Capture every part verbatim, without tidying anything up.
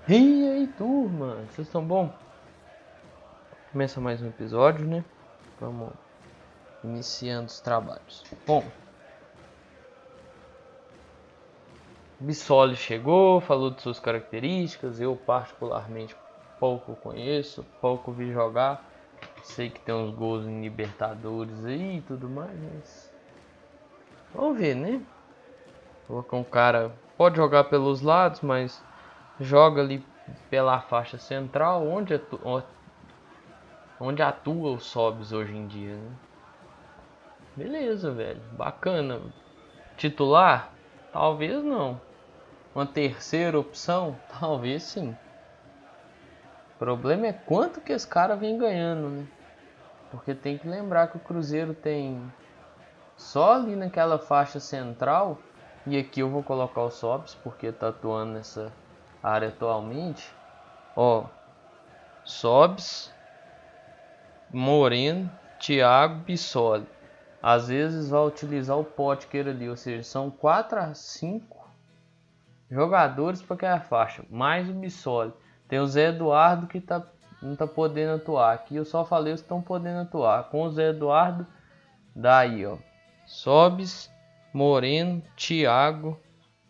E aí, turma, vocês estão bom? Começa mais um episódio, né? Vamos iniciando os trabalhos. Bom, Bissoli chegou, falou de suas características. Eu particularmente pouco conheço, pouco vi jogar. Sei que tem uns gols em Libertadores aí e tudo mais, mas vamos ver, né? Colocar um cara, pode jogar pelos lados, mas joga ali pela faixa central, onde atu... onde atua o Sobs hoje em dia, né? Beleza, velho. Bacana. Titular? Talvez não. Uma terceira opção? Talvez sim. O problema é quanto que esse cara vem ganhando, né? Porque tem que lembrar que o Cruzeiro tem só ali naquela faixa central. E aqui eu vou colocar o Sobs porque tá atuando nessa área atualmente. Ó, Sobs, Moreno, Thiago, Bissoli. Às vezes vai utilizar o Potker ali, ou seja, são quatro a cinco jogadores para aquela faixa, mais o Bissoli. Tem o Zé Eduardo que tá, não tá podendo atuar. Aqui eu só falei os que estão podendo atuar. Com o Zé Eduardo, daí ó, Sobis, Moreno, Thiago,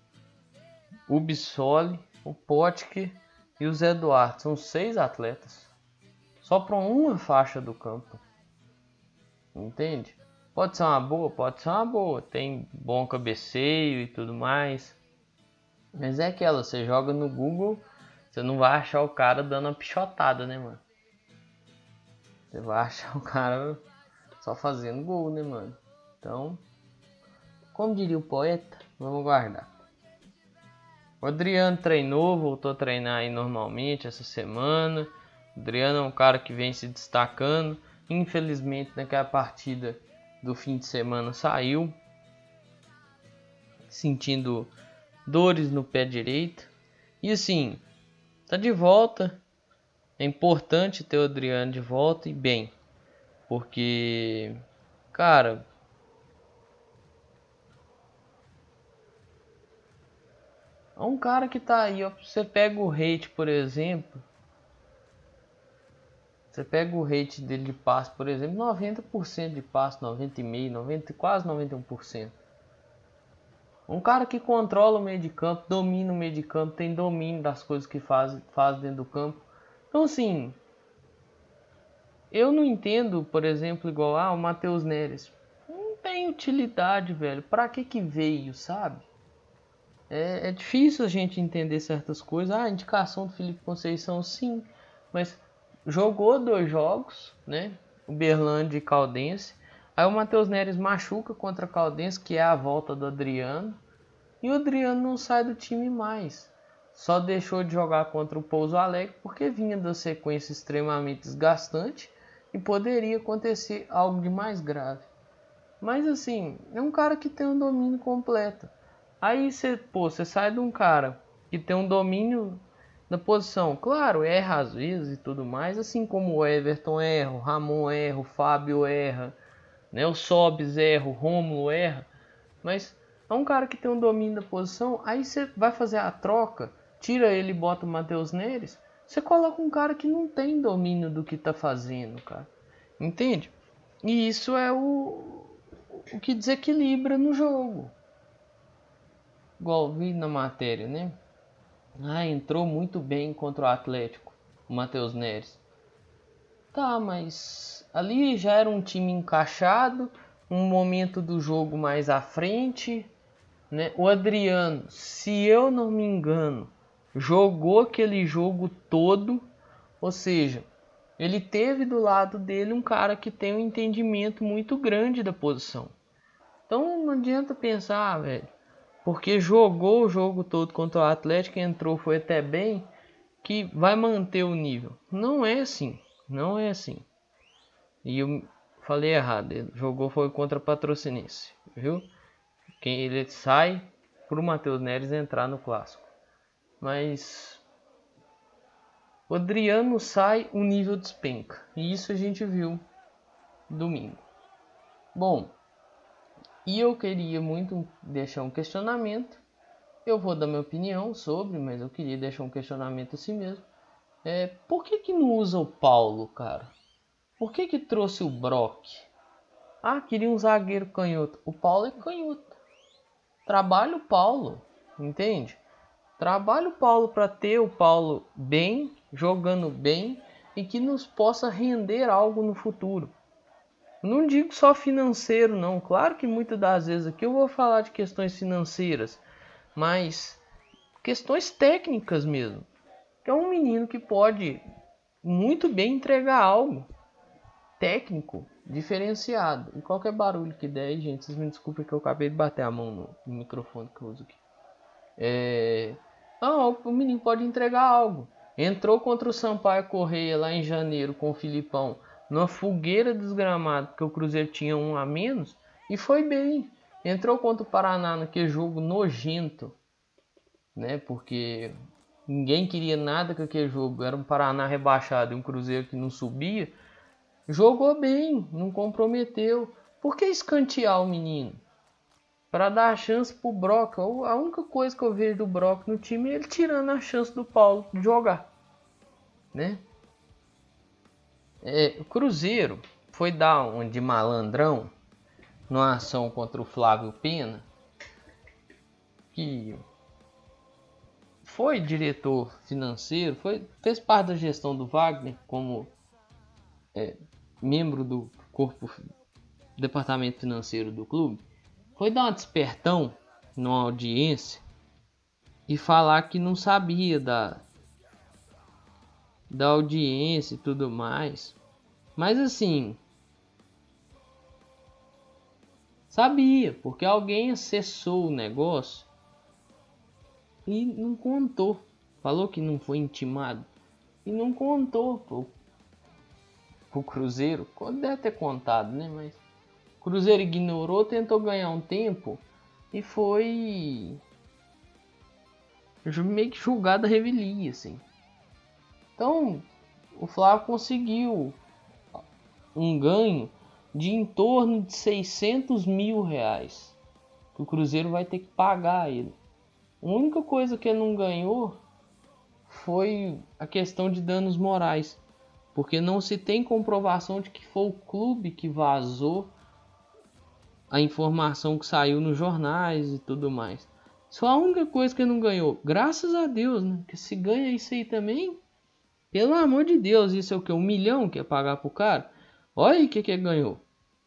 o Bissoli, o Potker e o Zé Eduardo. São seis atletas. Só para uma faixa do campo. Entende? Pode ser uma boa, pode ser uma boa. Tem bom cabeceio e tudo mais. Mas é aquela, você joga no Google, você não vai achar o cara dando uma pichotada, né, mano? Você vai achar o cara só fazendo gol, né, mano? Então, como diria o poeta, vamos guardar. O Adriano treinou, voltou a treinar aí normalmente essa semana. O Adriano é um cara que vem se destacando. Infelizmente, naquela partida do fim de semana saiu sentindo dores no pé direito. E assim, tá de volta. É importante ter o Adriano de volta e bem. Porque, cara, é um cara que tá aí, ó. Você pega o rate, por exemplo. Você pega o rate dele de passe, por exemplo, noventa por cento de passe, noventa vírgula cinco por cento, noventa, quase noventa e um por cento. Um cara que controla o meio de campo, domina o meio de campo, tem domínio das coisas que faz, faz dentro do campo. Então, assim, eu não entendo, por exemplo, igual ah, o Matheus Neres. Não tem utilidade, velho. Pra que que veio, sabe? É, é difícil a gente entender certas coisas. Ah, a indicação do Felipe Conceição, sim. Mas jogou dois jogos, né? Uberlândia e Caldense. Aí o Matheus Neres machuca contra a Caldense, que é a volta do Adriano. E o Adriano não sai do time mais. Só deixou de jogar contra o Pouso Alegre porque vinha da sequência extremamente desgastante e poderia acontecer algo de mais grave. Mas assim, é um cara que tem um domínio completo. Aí você, pô, você sai de um cara que tem um domínio da posição. Claro, erra às vezes e tudo mais, assim como o Everton erra, o Ramon erra, o Fábio erra, né? O Sobis erra, o Rômulo erra. Mas é um cara que tem um domínio da posição. Aí você vai fazer a troca, tira ele e bota o Matheus Neres. Você coloca um cara que não tem domínio do que tá fazendo, cara. Entende? E isso é o, o que desequilibra no jogo. Igual vi na matéria, né? Ah, entrou muito bem contra o Atlético, o Matheus Neres. Tá, mas ali já era um time encaixado, um momento do jogo mais à frente, né? O Adriano, se eu não me engano, jogou aquele jogo todo, ou seja, ele teve do lado dele um cara que tem um entendimento muito grande da posição. Então não adianta pensar, ah, velho, porque jogou o jogo todo contra o Atlético, entrou, foi até bem, que vai manter o nível. Não é assim, não é assim. E eu falei errado, ele jogou foi contra o Patrocinense, viu? Quem ele sai pro Matheus Neres entrar no clássico. Mas o Adriano sai, o nível despenca. E isso a gente viu domingo. Bom, e eu queria muito deixar um questionamento. eu vou dar minha opinião sobre, mas eu queria deixar um questionamento assim mesmo. É, por que que não usa o Paulo, cara? Por que que trouxe o Brock? Ah, queria um zagueiro canhoto. O Paulo é canhoto. Trabalha o Paulo, entende? Trabalha o Paulo para ter o Paulo bem, jogando bem e que nos possa render algo no futuro. Não digo só financeiro, não. Claro que muitas das vezes aqui eu vou falar de questões financeiras, mas questões técnicas mesmo. É um menino que pode muito bem entregar algo técnico, diferenciado. E qualquer barulho que der aí, gente, vocês me desculpem que eu acabei de bater a mão no, no microfone que eu uso aqui. É... Ah, o menino pode entregar algo. Entrou contra o Sampaio Correia lá em janeiro com o Filipão, numa fogueira desgramada, porque o Cruzeiro tinha um a menos, e foi bem. Entrou contra o Paraná naquele jogo nojento, né? Porque ninguém queria nada com aquele jogo. Era um Paraná rebaixado e um Cruzeiro que não subia. Jogou bem, não comprometeu. Por que escantear o menino? Para dar a chance pro Brock. A única coisa que eu vejo do Brock no time é ele tirando a chance do Paulo de jogar, né? É, o Cruzeiro foi dar um de malandrão numa ação contra o Flávio Pena, que foi diretor financeiro, foi, fez parte da gestão do Wagner como é, membro do corpo, departamento financeiro do clube. Foi dar um despertão numa audiência e falar que não sabia da, da audiência e tudo mais. Mas assim, sabia, porque alguém acessou o negócio e não contou. Falou que não foi intimado e não contou pro, pro Cruzeiro. Deve ter contado, né? Mas o Cruzeiro ignorou, tentou ganhar um tempo e foi meio que julgado a revelia, assim. Então, o Flávio conseguiu um ganho de em torno de seiscentos mil reais que o Cruzeiro vai ter que pagar a ele. A única coisa que ele não ganhou foi a questão de danos morais, porque não se tem comprovação de que foi o clube que vazou a informação que saiu nos jornais e tudo mais. Só a única coisa que ele não ganhou, graças a Deus, né? Porque se ganha isso aí também, pelo amor de Deus, isso é o que? Um milhão que é pagar pro cara? Olha aí o que que ele ganhou.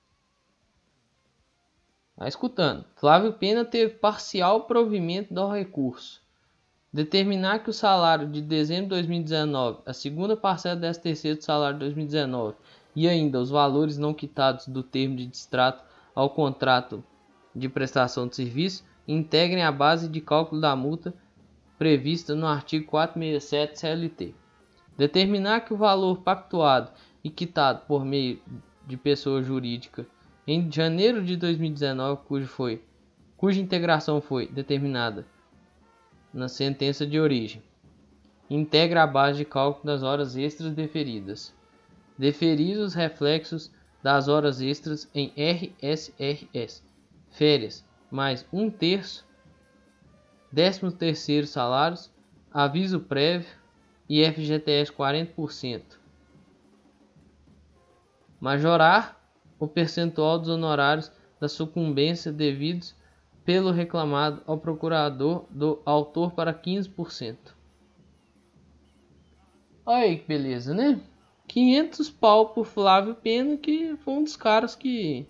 Tá escutando. Flávio Pena teve parcial provimento do recurso. Determinar que o salário de dezembro de dois mil e dezenove, a segunda parcela do décimo terceiro do salário de dois mil e dezenove e ainda os valores não quitados do termo de distrato ao contrato de prestação de serviço integrem a base de cálculo da multa prevista no artigo quatrocentos e sessenta e sete C L T. Determinar que o valor pactuado e quitado por meio de pessoa jurídica em janeiro de dois mil e dezenove, cujo foi, cuja integração foi determinada na sentença de origem, integra a base de cálculo das horas extras deferidas. Deferir os reflexos das horas extras em R S R S, férias, mais um terço, décimo terceiro salários, aviso prévio e F G T S quarenta por cento. Majorar o percentual dos honorários da sucumbência devidos pelo reclamado ao procurador do autor para quinze por cento. Olha aí que beleza, né? quinhentos pau por Flávio Pena, que foi um dos caras que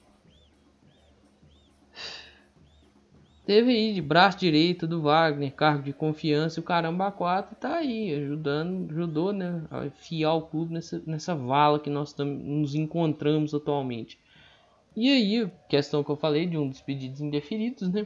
teve aí de braço direito do Wagner, cargo de confiança e o caramba a quatro, tá aí ajudando, ajudou, né, a enfiar o clube nessa, nessa vala que nós tam, nos encontramos atualmente. E aí, questão que eu falei de um dos pedidos indeferidos, né?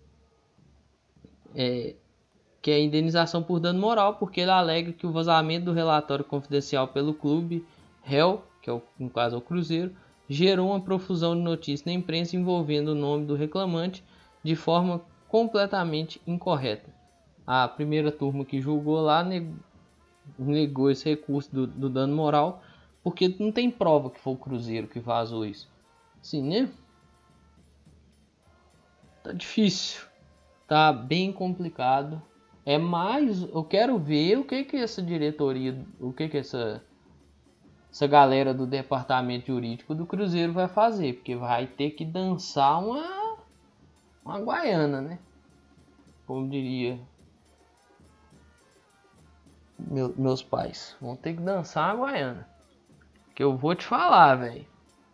É, que é a indenização por dano moral, porque ele alega que o vazamento do relatório confidencial pelo clube réu, que é o, no caso é o Cruzeiro, gerou uma profusão de notícias na imprensa envolvendo o nome do reclamante de forma completamente incorreta. A primeira turma que julgou lá negou esse recurso do, do dano moral, porque não tem prova que foi o Cruzeiro que vazou isso. Sim, né? Tá difícil. tá bem complicado. É mais, eu quero ver o que que essa diretoria, o que que essa essa galera do departamento jurídico do Cruzeiro vai fazer, porque vai ter que dançar uma uma guaiana, né? Como diria meu, meus pais, vão ter que dançar uma guaiana. Que eu vou te falar, velho.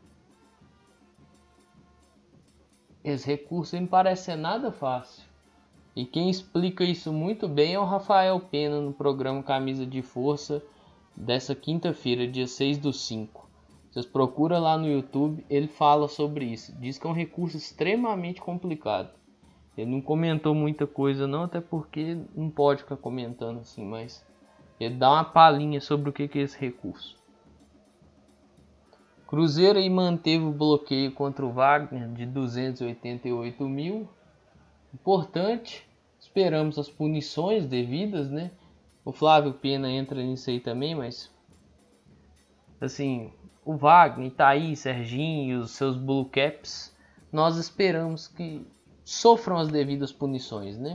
Esse recurso não parece ser nada fácil. E quem explica isso muito bem é o Rafael Pena no programa Camisa de Força dessa quinta-feira, dia seis do cinco. Vocês procuram lá no YouTube, ele fala sobre isso. Diz que é um recurso extremamente complicado. Ele não comentou muita coisa não, até porque não pode ficar comentando assim, mas ele dá uma palhinha sobre o que é esse recurso. Cruzeiro aí manteve o bloqueio contra o Wagner de duzentos e oitenta e oito mil. Importante, esperamos as punições devidas, né? O Flávio Pena entra nisso aí também, mas assim, o Wagner, Thaís, Serginho e os seus Blue Caps, nós esperamos que sofram as devidas punições, né?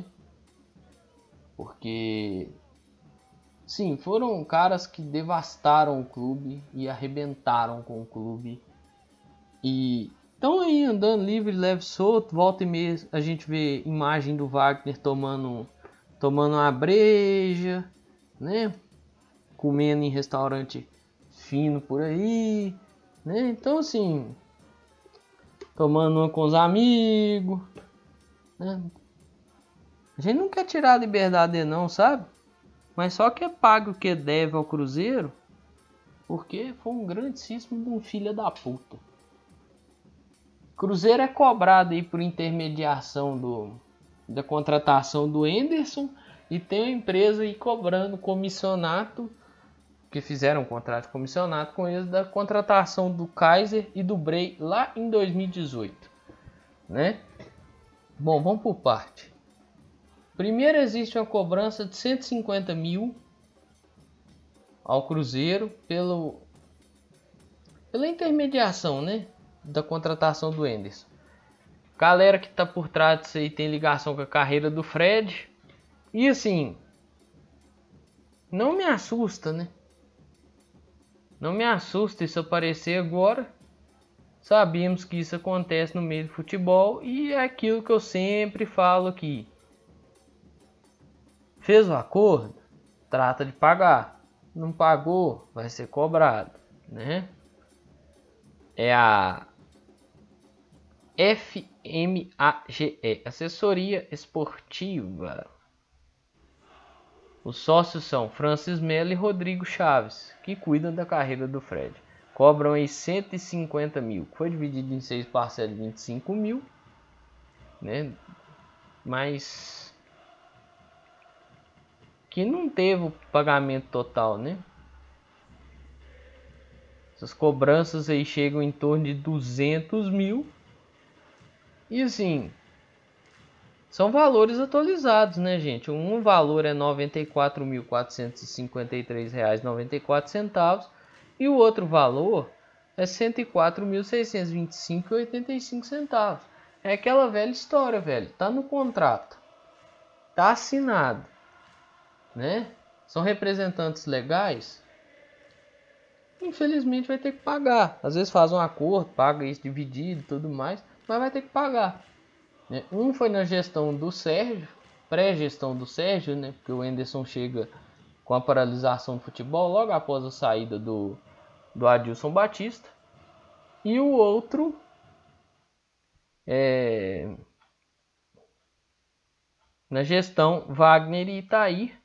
Porque sim, foram caras que devastaram o clube e arrebentaram com o clube. E estão aí andando livre, leve, solto. Volta e meia a gente vê imagem do Wagner tomando, tomando uma breja, né? Comendo em restaurante fino por aí, né? Então assim, tomando uma com os amigos, né? A gente não quer tirar a liberdade dele não, sabe? Mas só que é pago o que deve ao Cruzeiro, porque foi um grandíssimo de um filho da puta. Cruzeiro é cobrado aí por intermediação do, da contratação do Henderson e tem uma empresa aí cobrando comissionato, que fizeram um contrato de comissionato com eles da contratação do Kaiser e do Bray lá em dois mil e dezoito, né? Bom, vamos por parte. Primeiro existe uma cobrança de cento e cinquenta mil ao Cruzeiro pelo, pela intermediação, né, da contratação do Henderson. Galera que tá por trás disso aí tem ligação com a carreira do Fred. E assim, não me assusta, né? Não me assusta isso aparecer agora. Sabemos que isso acontece no meio do futebol e é aquilo que eu sempre falo aqui. Fez o acordo? Trata de pagar. Não pagou? Vai ser cobrado, né? É a F M A G E, Assessoria Esportiva. Os sócios são Francis Mello e Rodrigo Chaves, que cuidam da carreira do Fred. Cobram aí cento e cinquenta mil, que foi dividido em seis parcelas de vinte e cinco mil, né? Mas que não teve o pagamento total, né? Essas cobranças aí chegam em torno de duzentos mil. E assim, são valores atualizados, né, gente? Um valor é noventa e quatro mil quatrocentos e cinquenta e três reais e noventa e quatro centavos e o outro valor é cento e quatro mil seiscentos e vinte e cinco reais e oitenta e cinco centavos. É aquela velha história, velho. Tá no contrato. Tá assinado, né? São representantes legais. Infelizmente vai ter que pagar. Às vezes faz um acordo, paga isso dividido e tudo mais, mas vai ter que pagar. Um foi na gestão do Sérgio, pré-gestão do Sérgio, né? Porque o Henderson chega com a paralisação do futebol logo após a saída do, do Adilson Batista. E o outro é na gestão Wagner e Itair,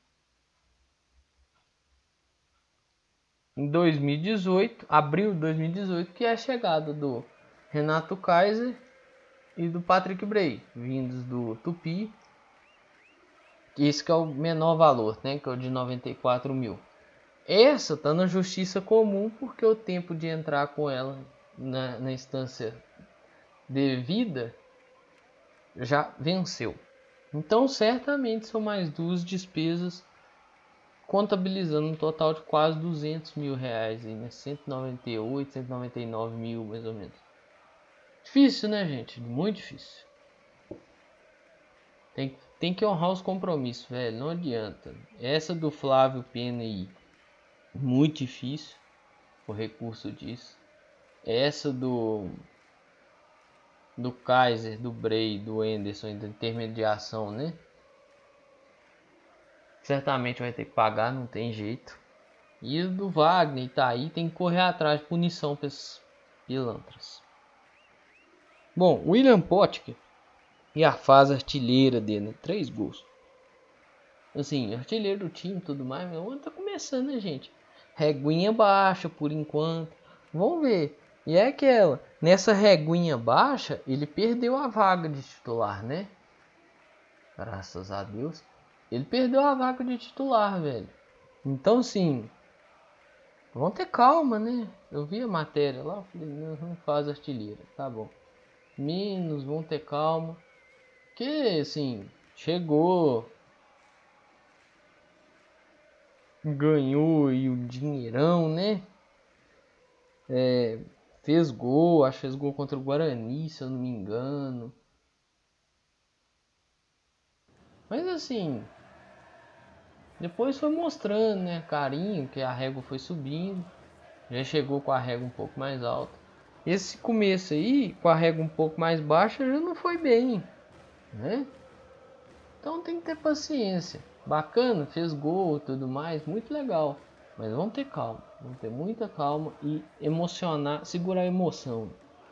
em dois mil e dezoito, abril de dois mil e dezoito, que é a chegada do Renato Kaiser e do Patrick Bray, vindos do Tupi. Esse que é o menor valor, né, que é o de noventa e quatro mil. Essa tá na justiça comum porque o tempo de entrar com ela na, na instância devida já venceu. Então certamente são mais duas despesas, contabilizando um total de quase duzentos mil reais, né? cento e noventa e oito, cento e noventa e nove mil mais ou menos. Difícil, né, gente? Muito difícil. Tem, tem que honrar os compromissos, velho. Não adianta. Essa do Flávio Pena aí, muito difícil o recurso disso. Essa do do Kaiser, do Bray, do Anderson, da intermediação, né? Certamente vai ter que pagar, não tem jeito. E o do Wagner, tá aí, tem que correr atrás de punição para esses pilantras. Bom, William Potker e a fase artilheira dele, né? Três gols. Assim, artilheiro do time e tudo mais, mas o ano tá começando, né, gente? Reguinha baixa por enquanto. Vamos ver. E é aquela, nessa reguinha baixa, ele perdeu a vaga de titular, né? Graças a Deus. Ele perdeu a vaga de titular, velho. Então, assim, vamos ter calma, né? Eu vi a matéria lá, falei, não, não faz artilheira, tá bom. Menos, vamos ter calma. Que, assim, chegou, ganhou e o dinheirão, né? É, fez gol, acho que fez gol contra o Guarani, se eu não me engano. Mas assim, depois foi mostrando, né, carinho, que a régua foi subindo. Já chegou com a régua um pouco mais alta. Esse começo aí, com a régua um pouco mais baixa, já não foi bem, né? Então tem que ter paciência. Bacana, fez gol e tudo mais, muito legal. Mas vamos ter calma, vamos ter muita calma e emocionar, segurar a emoção.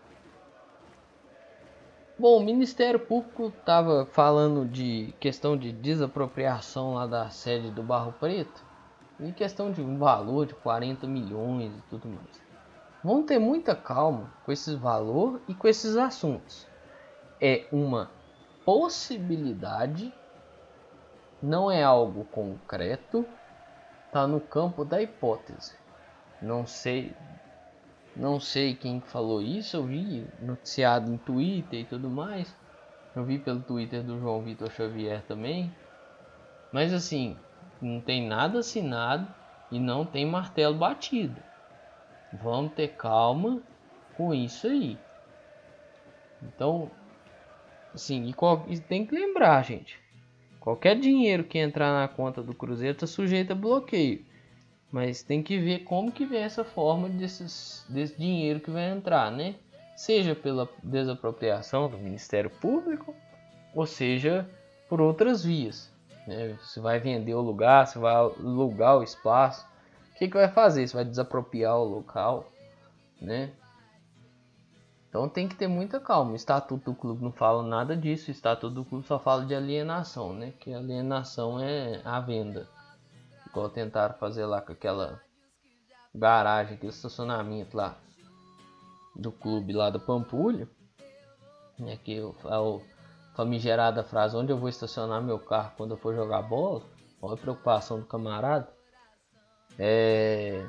Bom, o Ministério Público estava falando de questão de desapropriação lá da sede do Barro Preto. E questão de um valor de quarenta milhões e tudo mais. Vamos ter muita calma com esses valores e com esses assuntos. É uma possibilidade, não é algo concreto, está no campo da hipótese. Não sei, não sei quem falou isso, eu vi noticiado em Twitter e tudo mais. Eu vi pelo Twitter do João Vitor Xavier também. Mas assim, não tem nada assinado e não tem martelo batido. Vamos ter calma com isso aí. Então, assim, e, qual, e tem que lembrar, gente. Qualquer dinheiro que entrar na conta do Cruzeiro está sujeito a bloqueio. Mas tem que ver como que vem essa forma desses, desse dinheiro que vai entrar, né? Seja pela desapropriação do Ministério Público, ou seja, por outras vias. Né? Se vai vender o lugar, se vai alugar o espaço. O que, que vai fazer? Se vai desapropriar o local, né? Então tem que ter muita calma. O estatuto do clube não fala nada disso. O estatuto do clube só fala de alienação, né? Que alienação é a venda. Igual tentaram fazer lá com aquela garagem, aquele estacionamento lá do clube lá da Pampulha. Né? Que a famigerada frase, onde eu vou estacionar meu carro quando eu for jogar bola? Olha a preocupação do camarada. É...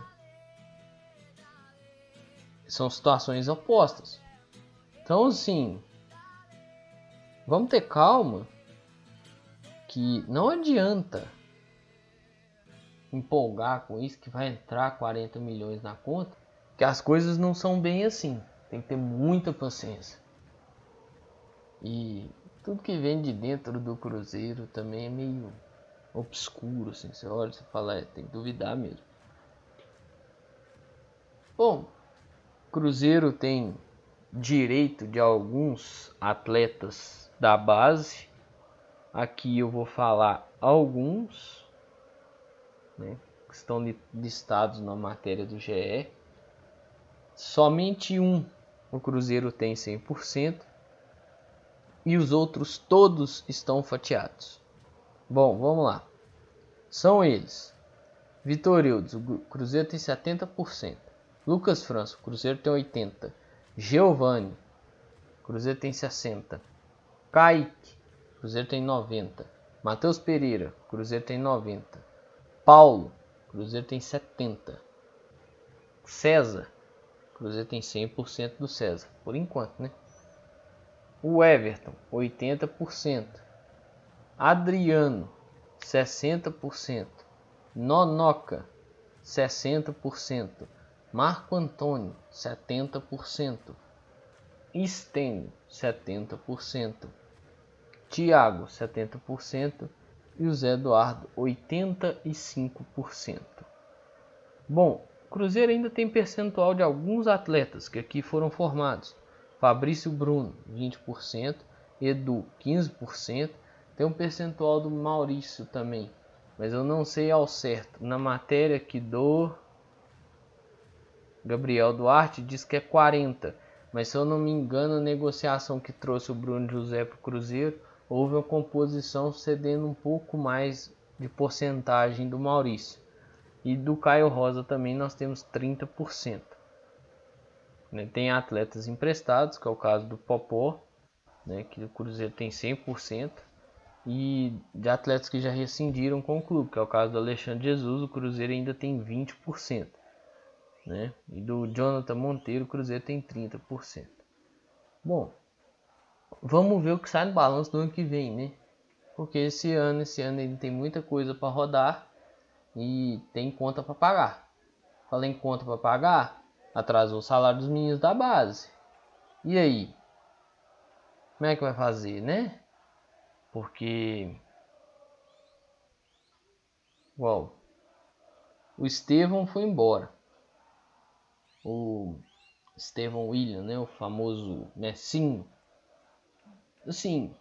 São situações opostas. Então, assim, vamos ter calma, que não adianta empolgar com isso, que vai entrar quarenta milhões na conta, que as coisas não são bem assim. Tem que ter muita paciência. E tudo que vem de dentro do Cruzeiro também é meio obscuro, assim. Você olha e você fala, é, tem que duvidar mesmo. Bom, Cruzeiro tem direito de alguns atletas da base. Aqui eu vou falar alguns, né, que estão listados na matéria do G E. Somente um o Cruzeiro tem cem por cento e os outros todos estão fatiados. Bom, vamos lá. São eles: Vitor Eudes, o Cruzeiro tem setenta por cento. Lucas França, o Cruzeiro tem oitenta por cento. Giovani, o Cruzeiro tem sessenta por cento. Kaique, o Cruzeiro tem noventa por cento. Matheus Pereira, o Cruzeiro tem noventa por cento. Paulo, o Cruzeiro tem setenta por cento. César, o Cruzeiro tem cem por cento do César, por enquanto, né? O Everton, oitenta por cento. Adriano, sessenta por cento. Nonoca, sessenta por cento. Marco Antônio, setenta por cento. Estênio, setenta por cento. Thiago setenta por cento e o Zé Eduardo oitenta e cinco por cento. Bom, o Cruzeiro ainda tem percentual de alguns atletas que aqui foram formados. Fabrício Bruno vinte por cento, Edu quinze por cento, tem um percentual do Maurício também, mas eu não sei ao certo. Na matéria que do Gabriel Duarte diz que é quarenta, mas se eu não me engano, a negociação que trouxe o Bruno José para o Cruzeiro, houve uma composição cedendo um pouco mais de porcentagem do Maurício. E do Caio Rosa também nós temos trinta por cento. Tem atletas emprestados, que é o caso do Popó, né, que o Cruzeiro tem cem por cento. E de atletas que já rescindiram com o clube, que é o caso do Alexandre Jesus, o Cruzeiro ainda tem vinte por cento. Né? E do Jonathan Monteiro, o Cruzeiro tem trinta por cento. Bom, vamos ver o que sai no balanço do ano que vem, né? Porque esse ano, esse ano ainda tem muita coisa para rodar e tem conta para pagar. Falei em conta para pagar, atrasou o salário dos meninos da base. E aí? Como é que vai fazer, né? Porque uau, o Estevão foi embora. O Estevão William, né, o famoso Messinho. Assim,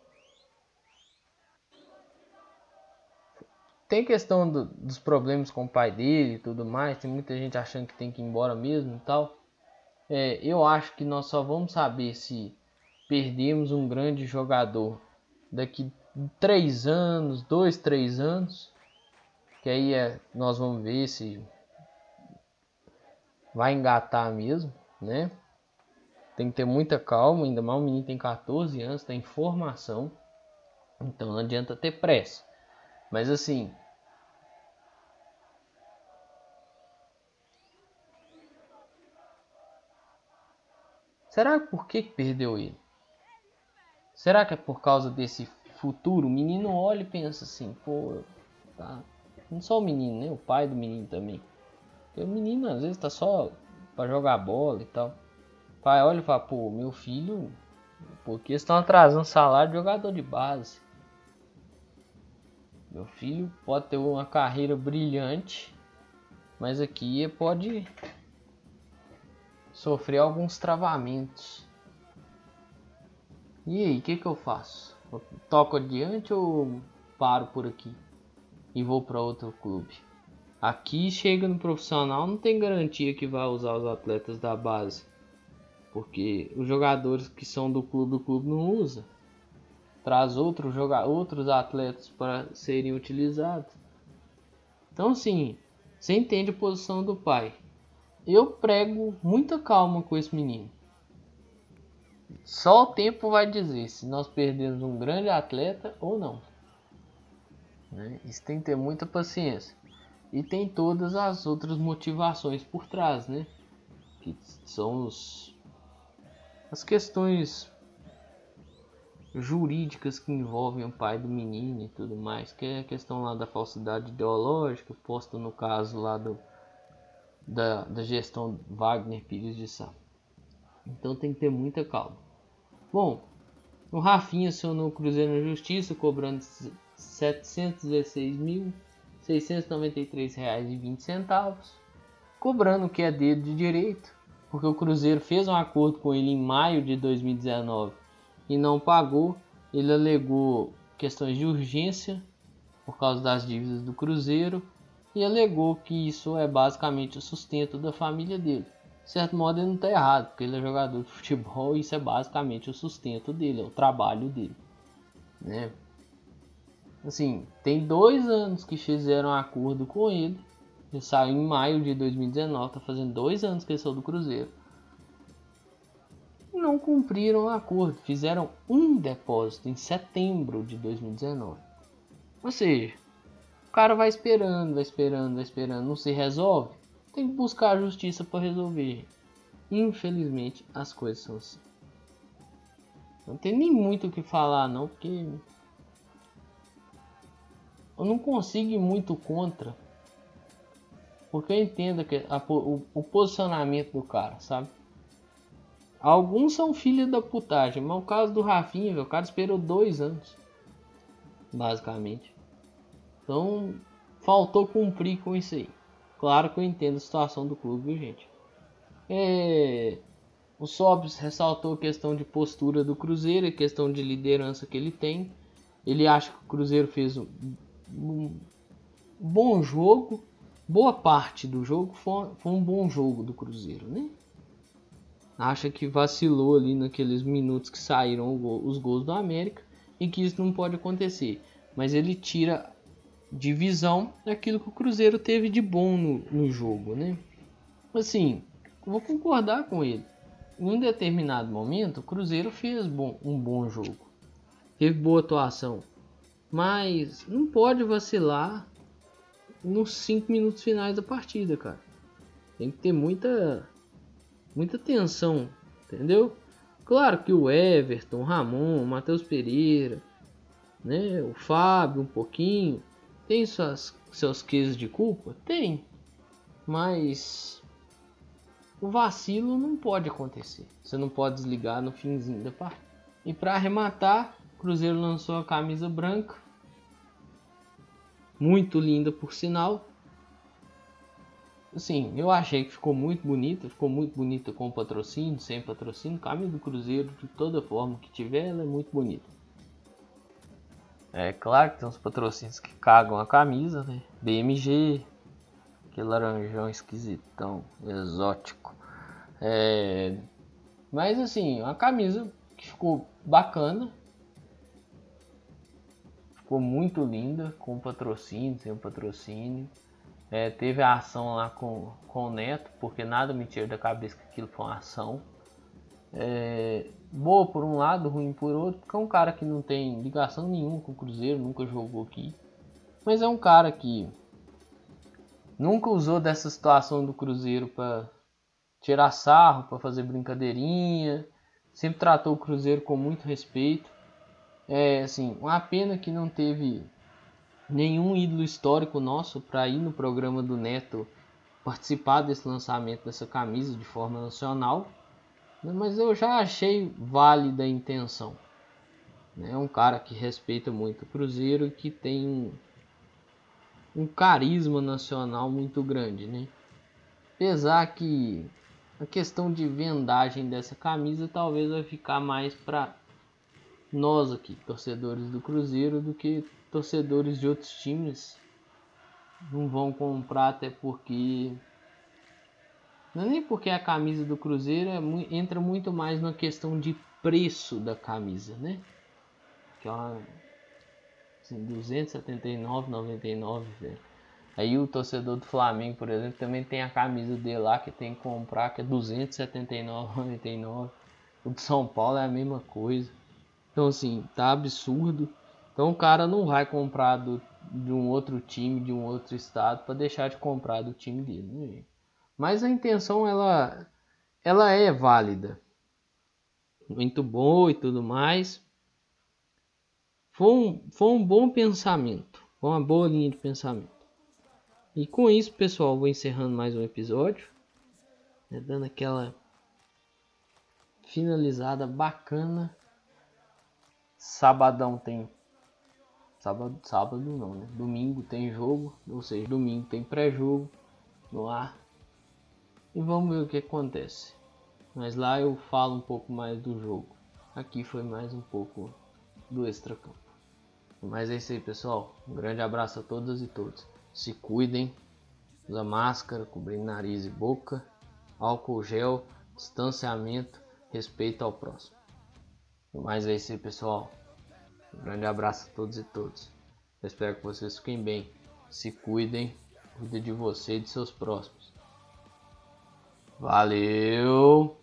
tem questão do, dos problemas com o pai dele e tudo mais. Tem muita gente achando que tem que ir embora mesmo e tal. É, eu acho que nós só vamos saber se perdemos um grande jogador daqui três anos, dois, três anos. Que aí é, nós vamos ver se vai engatar mesmo, né? Tem que ter muita calma, ainda mais o menino tem catorze anos, tem formação, então não adianta ter pressa. Mas assim, será por que perdeu ele? Será que é por causa desse futuro? O menino olha e pensa assim, pô, tá. Não só o menino, né? O pai do menino também. Porque o menino às vezes tá só pra jogar bola e tal. O pai olha e fala, pô, meu filho, porque estão atrasando o salário de jogador de base. Meu filho pode ter uma carreira brilhante, mas aqui pode sofrer alguns travamentos. E aí, o que que eu faço? Eu toco adiante ou paro por aqui e vou para outro clube? Aqui chega no profissional, não tem garantia que vai usar os atletas da base, porque os jogadores que são do clube, do clube não usa. Traz outros, joga outros atletas para serem utilizados. Então assim, você entende a posição do pai. Eu prego muita calma com esse menino. Só o tempo vai dizer se nós perdemos um grande atleta ou não. Né? Isso tem que ter muita paciência. E tem todas as outras motivações por trás, né? Que são os, as questões jurídicas que envolvem o pai do menino e tudo mais, que é a questão lá da falsidade ideológica, posta no caso lá do, da, da gestão Wagner Pires de Sá. Então tem que ter muita calma. Bom, o Rafinha acionou o Cruzeiro na Justiça, cobrando setecentos e dezesseis mil seiscentos e noventa e três reais e vinte centavos, cobrando o que é dele de direito, porque o Cruzeiro fez um acordo com ele em maio de dois mil e dezenove e não pagou. Ele alegou questões de urgência por causa das dívidas do Cruzeiro e alegou que isso é basicamente o sustento da família dele. De certo modo ele não está errado, porque ele é jogador de futebol e isso é basicamente o sustento dele, é o trabalho dele, né? Assim, tem dois anos que fizeram acordo com ele. Ele saiu em maio de dois mil e dezenove, tá fazendo dois anos que ele saiu do Cruzeiro. Não cumpriram o acordo, fizeram um depósito em setembro de dois mil e dezenove. Ou seja, o cara vai esperando, vai esperando, vai esperando, não se resolve. Tem que buscar a justiça para resolver. Infelizmente, as coisas são assim. Não tem nem muito o que falar não, porque eu não consigo ir muito contra, porque eu entendo que a, o, o posicionamento do cara, sabe? Alguns são filhos da putagem, mas o caso do Rafinha, o cara esperou dois anos. basicamente. Então, faltou cumprir com isso aí. Claro que eu entendo a situação do clube, viu, gente? É... O Sobis ressaltou a questão de postura do Cruzeiro, a questão de liderança que ele tem. Ele acha que o Cruzeiro fez um, um bom jogo. Boa parte do jogo foi, foi um bom jogo do Cruzeiro, né? Acha que vacilou ali naqueles minutos que saíram os gols do América e que isso não pode acontecer. Mas ele tira de visão aquilo que o Cruzeiro teve de bom no, no jogo, né? Assim, eu vou concordar com ele. Em um determinado momento, o Cruzeiro fez bom, um bom jogo. Teve boa atuação. Mas não pode vacilar nos cinco minutos finais da partida, cara. Tem que ter muita, muita atenção, entendeu? Claro que o Everton, o Ramon, o Matheus Pereira, né, o Fábio um pouquinho, tem suas, seus quesos de culpa? Tem. Mas o vacilo não pode acontecer. Você não pode desligar no finzinho da partida. E para arrematar, o Cruzeiro lançou a camisa branca. Muito linda, por sinal. Assim, eu achei que ficou muito bonita. Ficou muito bonita com patrocínio, sem patrocínio. A camisa do Cruzeiro, de toda forma que tiver, ela é muito bonita. É claro que tem uns patrocínios que cagam a camisa, né? B M G, aquele laranjão esquisitão, exótico. É... Mas assim, uma camisa que ficou bacana. Ficou muito linda, com patrocínio, sem patrocínio. É, teve a ação lá com, com o Neto, porque nada me tira da cabeça que aquilo foi uma ação. É, boa por um lado, ruim por outro, porque é um cara que não tem ligação nenhuma com o Cruzeiro, nunca jogou aqui. Mas é um cara que nunca usou dessa situação do Cruzeiro para tirar sarro, para fazer brincadeirinha. Sempre tratou o Cruzeiro com muito respeito. É assim, uma pena que não teve nenhum ídolo histórico nosso para ir no programa do Neto participar desse lançamento dessa camisa de forma nacional, mas eu já achei válida a intenção. É um cara que respeita muito o Cruzeiro e que tem um carisma nacional muito grande, né? Apesar que a questão de vendagem dessa camisa talvez vai ficar mais para nós aqui, torcedores do Cruzeiro, do que torcedores de outros times. Não vão comprar, até porque não é nem porque a camisa do Cruzeiro é, entra muito mais na questão de preço da camisa, né? Que é uma assim, duzentos e setenta e nove reais e noventa e nove centavos, velho. Aí o torcedor do Flamengo, por exemplo, também tem a camisa dele lá que tem que comprar, que é duzentos e setenta e nove reais e noventa e nove centavos. O de São Paulo é a mesma coisa. Então assim, tá absurdo. Então o cara não vai comprar do, de um outro time, de um outro estado, para deixar de comprar do time dele, né? Mas a intenção ela, ela é válida. Muito boa e tudo mais. Foi um, foi um bom pensamento. Foi uma boa linha de pensamento. E com isso, pessoal, vou encerrando mais um episódio. Né, dando aquela finalizada bacana. Sabadão tem... Sábado, sábado não, né? Domingo tem jogo. Ou seja, domingo tem pré-jogo no ar. E vamos ver o que acontece. Mas lá eu falo um pouco mais do jogo. Aqui foi mais um pouco do extracampo. Mas é isso aí, pessoal. Um grande abraço a todas e todos. Se cuidem. Usa máscara, cobrindo nariz e boca. Álcool gel, distanciamento, respeito ao próximo. Mas é isso aí, pessoal. Um grande abraço a todos e todas. Eu espero que vocês fiquem bem. Se cuidem. Cuidem de você e de seus próximos. Valeu!